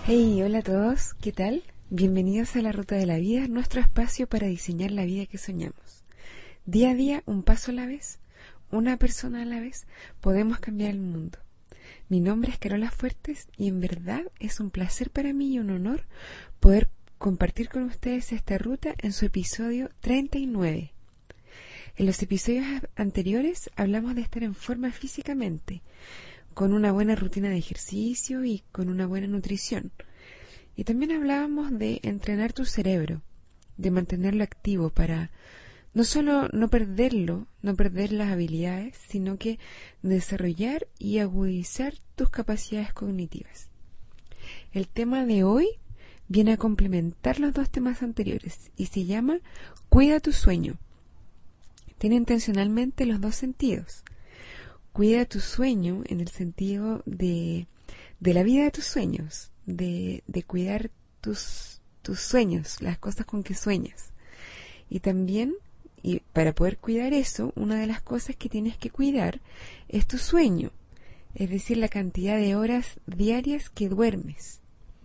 Hey, hola a todos, ¿qué tal? Bienvenidos a La Ruta de la Vida, nuestro espacio para diseñar la vida que soñamos. Día a día, un paso a la vez, una persona a la vez, podemos cambiar el mundo. Mi nombre es Carola Fuertes y en verdad es un placer para mí y un honor poder compartir con ustedes esta ruta en su episodio 39. En los episodios anteriores hablamos de estar en forma físicamente, con una buena rutina de ejercicio y con una buena nutrición. Y también hablábamos de entrenar tu cerebro, de mantenerlo activo para no solo no perderlo, no perder las habilidades, sino que desarrollar y agudizar tus capacidades cognitivas. El tema de hoy viene a complementar los dos temas anteriores y se llama Cuida tu sueño. Tiene intencionalmente los dos sentidos. Cuida tu sueño en el sentido de la vida de tus sueños, de cuidar tus sueños, las cosas con que sueñas. Y también, y para poder cuidar eso, una de las cosas que tienes que cuidar es tu sueño, es decir, la cantidad de horas diarias que duermes.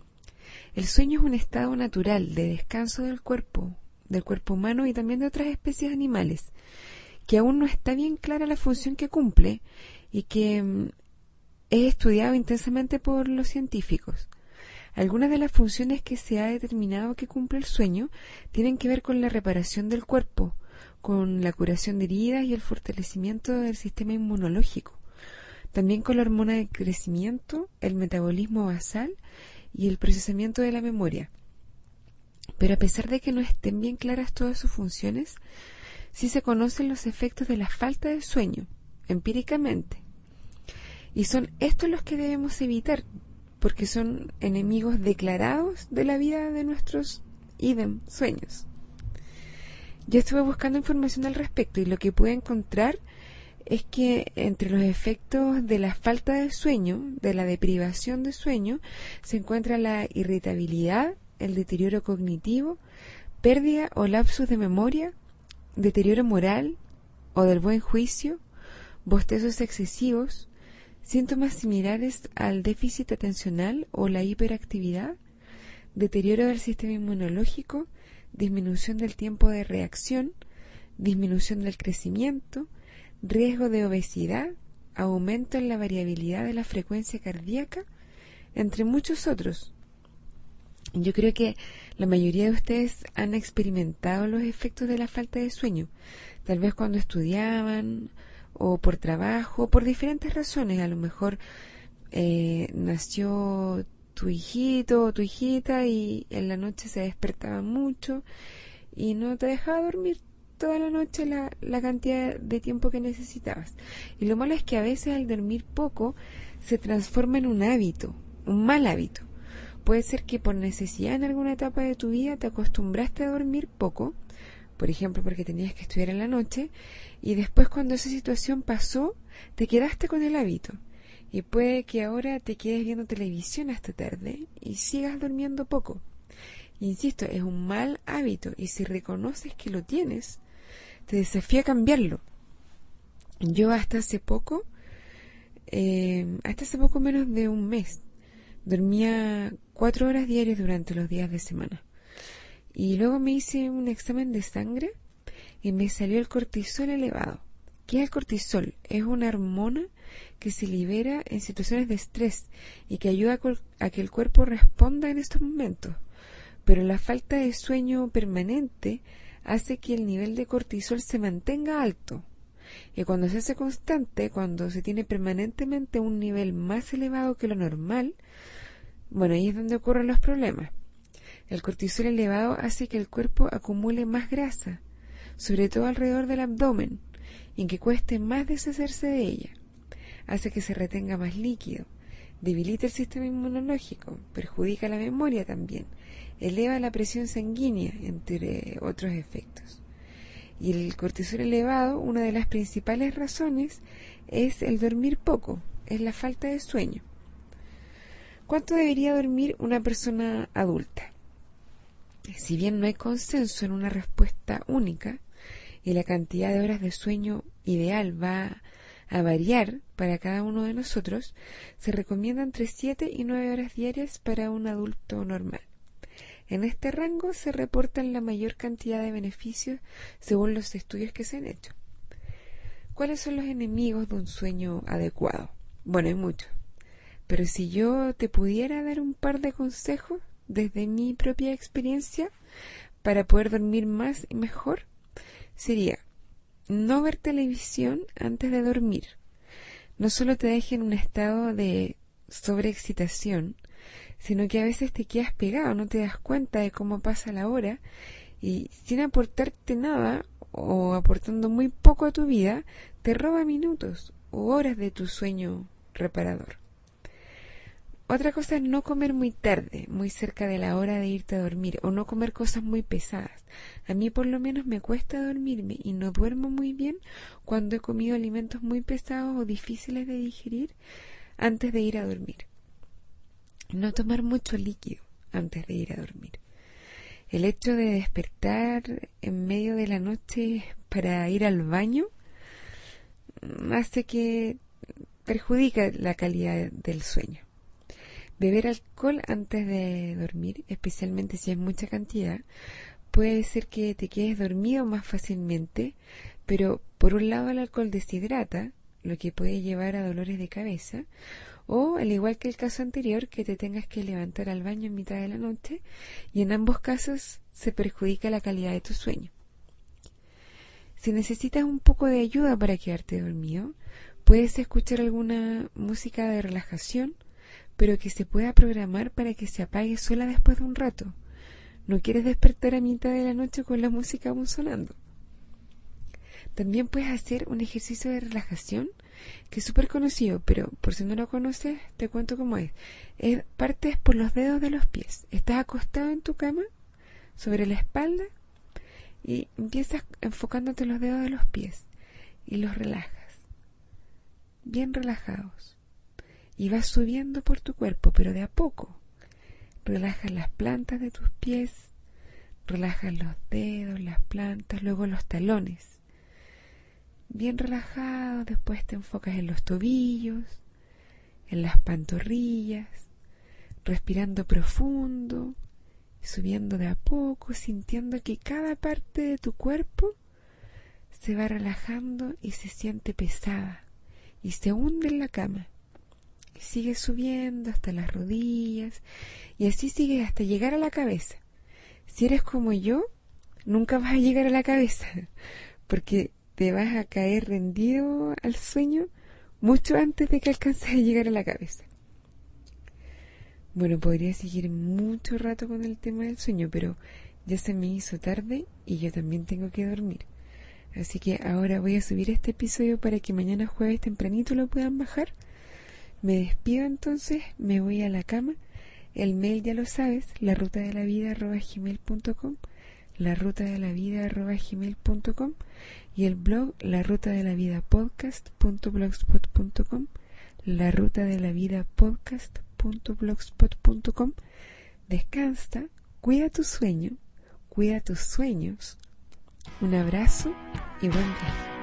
El sueño es un estado natural de descanso del cuerpo humano y también de otras especies animales, que aún no está bien clara la función que cumple y que es estudiado intensamente por los científicos. Algunas de las funciones que se ha determinado que cumple el sueño tienen que ver con la reparación del cuerpo, con la curación de heridas y el fortalecimiento del sistema inmunológico, también con la hormona de crecimiento, el metabolismo basal y el procesamiento de la memoria. Pero a pesar de que no estén bien claras todas sus funciones, sí se conocen los efectos de la falta de sueño, empíricamente. Y son estos los que debemos evitar, porque son enemigos declarados de la vida de nuestros sueños. Yo estuve buscando información al respecto y lo que pude encontrar es que entre los efectos de la falta de sueño, de la deprivación de sueño, se encuentra la irritabilidad, el deterioro cognitivo, pérdida o lapsus de memoria, deterioro moral o del buen juicio, bostezos excesivos, síntomas similares al déficit atencional o la hiperactividad, deterioro del sistema inmunológico, disminución del tiempo de reacción, disminución del crecimiento, riesgo de obesidad, aumento en la variabilidad de la frecuencia cardíaca, entre muchos otros. Yo creo que la mayoría de ustedes han experimentado los efectos de la falta de sueño, tal vez cuando estudiaban o por trabajo, por diferentes razones. A lo mejor nació tu hijito o tu hijita y en la noche se despertaba mucho y no te dejaba dormir toda la noche la cantidad de tiempo que necesitabas. Y lo malo es que a veces al dormir poco se transforma en un hábito, un mal hábito. Puede ser que por necesidad en alguna etapa de tu vida te acostumbraste a dormir poco, por ejemplo porque tenías que estudiar en la noche, y después cuando esa situación pasó, te quedaste con el hábito. Y puede que ahora te quedes viendo televisión hasta tarde y sigas durmiendo poco. Insisto, es un mal hábito y si reconoces que lo tienes, te desafío a cambiarlo. Yo hasta hace poco menos de un mes, dormía 4 horas diarias durante los días de semana. Y luego me hice un examen de sangre y me salió el cortisol elevado. ¿Qué es el cortisol? Es una hormona que se libera en situaciones de estrés y que ayuda a que el cuerpo responda en estos momentos. Pero la falta de sueño permanente hace que el nivel de cortisol se mantenga alto. Y cuando se hace constante, cuando se tiene permanentemente un nivel más elevado que lo normal, bueno, ahí es donde ocurren los problemas. El cortisol elevado hace que el cuerpo acumule más grasa, sobre todo alrededor del abdomen, y que cueste más deshacerse de ella. Hace que se retenga más líquido, debilita el sistema inmunológico, perjudica la memoria también, eleva la presión sanguínea, entre otros efectos. Y el cortisol elevado, una de las principales razones es el dormir poco, es la falta de sueño. ¿Cuánto debería dormir una persona adulta? Si bien no hay consenso en una respuesta única y la cantidad de horas de sueño ideal va A variar, para cada uno de nosotros, se recomienda entre 7 y 9 horas diarias para un adulto normal. En este rango se reportan la mayor cantidad de beneficios según los estudios que se han hecho. ¿Cuáles son los enemigos de un sueño adecuado? Bueno, hay muchos. Pero si yo te pudiera dar un par de consejos desde mi propia experiencia para poder dormir más y mejor, sería no ver televisión antes de dormir. No solo te deja en un estado de sobreexcitación, sino que a veces te quedas pegado, no te das cuenta de cómo pasa la hora y sin aportarte nada o aportando muy poco a tu vida, te roba minutos o horas de tu sueño reparador. Otra cosa es no comer muy tarde, muy cerca de la hora de irte a dormir, o no comer cosas muy pesadas. A mí por lo menos me cuesta dormirme y no duermo muy bien cuando he comido alimentos muy pesados o difíciles de digerir antes de ir a dormir. No tomar mucho líquido antes de ir a dormir. El hecho de despertar en medio de la noche para ir al baño hace que perjudica la calidad del sueño. Beber alcohol antes de dormir, especialmente si es mucha cantidad, puede ser que te quedes dormido más fácilmente, pero por un lado el alcohol deshidrata, lo que puede llevar a dolores de cabeza, o, al igual que el caso anterior, que te tengas que levantar al baño en mitad de la noche, y en ambos casos se perjudica la calidad de tu sueño. Si necesitas un poco de ayuda para quedarte dormido, puedes escuchar alguna música de relajación, pero que se pueda programar para que se apague sola después de un rato. No quieres despertar a mitad de la noche con la música aún sonando. También puedes hacer un ejercicio de relajación que es súper conocido, pero por si no lo conoces, te cuento cómo es. Partes por los dedos de los pies. Estás acostado en tu cama, sobre la espalda, y empiezas enfocándote los dedos de los pies y los relajas. Bien relajados. Y vas subiendo por tu cuerpo, pero de a poco. Relajas las plantas de tus pies, relajas los dedos, las plantas, luego los talones. Bien relajado, después te enfocas en los tobillos, en las pantorrillas, respirando profundo, subiendo de a poco, sintiendo que cada parte de tu cuerpo se va relajando y se siente pesada y se hunde en la cama. Y sigues subiendo hasta las rodillas y así sigues hasta llegar a la cabeza. Si eres como yo, nunca vas a llegar a la cabeza porque te vas a caer rendido al sueño mucho antes de que alcances a llegar a la cabeza. Bueno, podría seguir mucho rato con el tema del sueño, pero ya se me hizo tarde y yo también tengo que dormir. Así que ahora voy a subir este episodio para que mañana jueves tempranito lo puedan bajar. Me despido entonces, me voy a la cama. El mail ya lo sabes, larutadelavida@gmail.com, larutadelavida@gmail.com y el blog larutadelavida.podcast.blogspot.com, larutadelavida.podcast.blogspot.com. Descansa, cuida tu sueño, cuida tus sueños. Un abrazo y buen viaje.